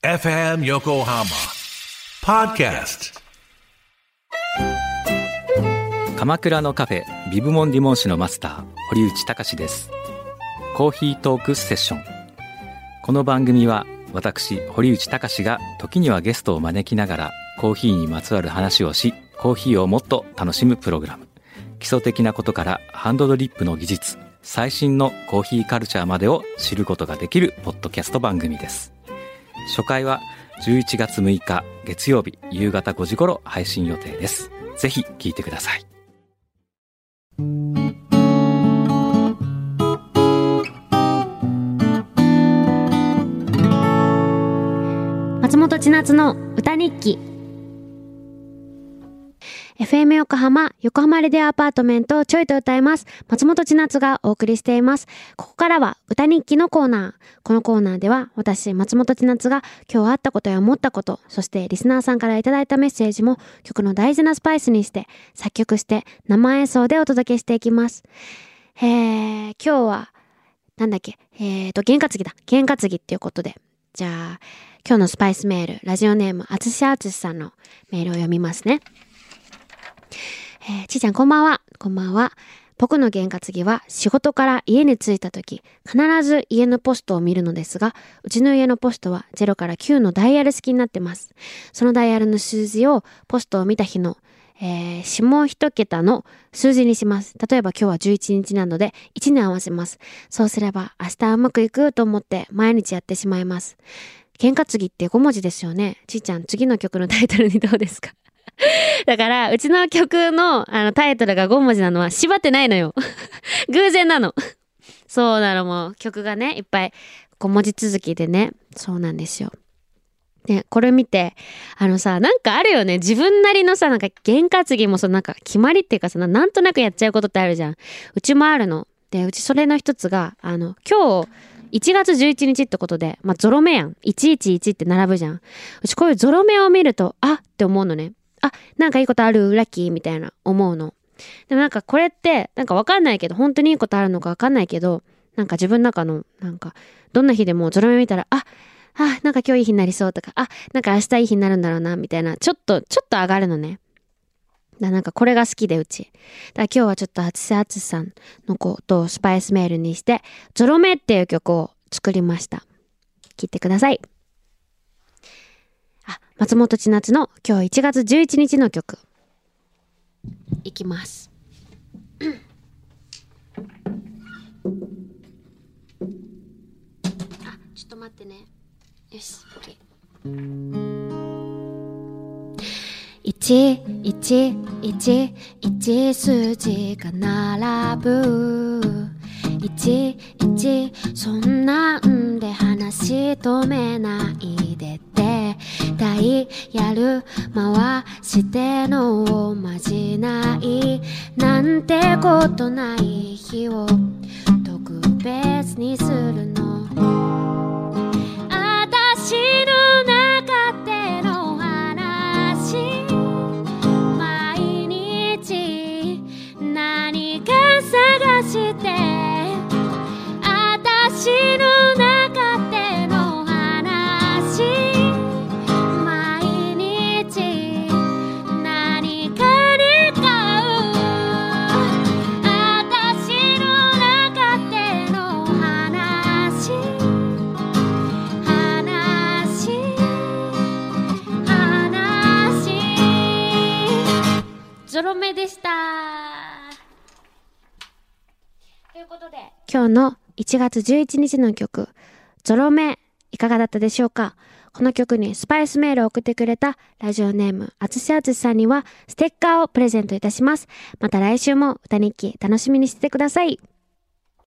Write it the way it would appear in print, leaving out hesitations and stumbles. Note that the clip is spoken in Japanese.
FM Yokohama Podcast。 鎌倉のカフェビブモンディモン市のマスター堀内隆です。コーヒートークセッション。この番組は私堀内隆が時にはゲストを招きながらコーヒーにまつわる話をし、コーヒーをもっと楽しむプログラム。基礎的なことからハンドドリップの技術、最新のコーヒーカルチャーまでを知ることができるポッドキャスト番組です。初回は11月6日月曜日夕方5時頃配信予定です。ぜひ聞いてください。 松本千夏の歌日記。 FM 横浜レディオアパートメントちょいと歌います松本千夏がお送りしています。ここからは歌日記のコーナー。このコーナーでは私松本千夏が今日あったことや思ったこと、そしてリスナーさんからいただいたメッセージも曲の大事なスパイスにして作曲して生演奏でお届けしていきます。今日はなんだっけ、験担ぎだ。験担ぎっていうことで、じゃあ今日のスパイスメール、ラジオネームあつしさんのメールを読みますね。ちーちゃんこんばんは。こんばんは。僕の験担ぎは仕事から家に着いた時必ず家のポストを見るのですが、うちの家のポストは0から9のダイヤル式になってます。そのダイヤルの数字をポストを見た日の、下一桁の数字にします。例えば今日は11日なので1に合わせます。そうすれば明日はうまくいくと思って毎日やってしまいます。験担ぎって5文字ですよね。ちーちゃん次の曲のタイトルにどうですか？だからうちの曲のタイトルが5文字なのは縛ってないのよ偶然なのそうなの。もう曲がねいっぱい5文字続きでね。そうなんですよ。ね、これ見てなんかあるよね、自分なりのさ、なんか験担ぎもなんか決まりっていうかさ、なんとなくやっちゃうことってあるじゃん。うちもあるので、うちそれの一つが今日1月11日ってことで、ゾロ目やん。111って並ぶじゃん。うちこういうゾロ目を見るとあって思うのね。あ、なんかいいことあるラッキーみたいな思うの。でもなんかこれってなんかわかんないけど、本当にいいことあるのかわかんないけど、なんか自分の中のなんかどんな日でもゾロ目見たらなんか今日いい日になりそうとか、なんか明日いい日になるんだろうなみたいな、ちょっと上がるのね。なんかこれが好きでうち。だから今日はちょっとあつしさんのことをスパイスメールにしてゾロ目っていう曲を作りました。聴いてください。松本千夏の今日1月11日の曲いきますちょっと待ってね。よし、111数字が並ぶ11、そんなんで話止めないでってダイヤル回してのおまじないなんてことない日を特別にするの。私の中での話、毎日何か探して私の中での話、毎日何かに買う。私の中での話ゾロ目でした。ということで今日の1月11日の曲ゾロ目いかがだったでしょうか。この曲にスパイスメールを送ってくれたラジオネームあつしさんにはステッカーをプレゼントいたします。また来週も歌日記楽しみにしててください。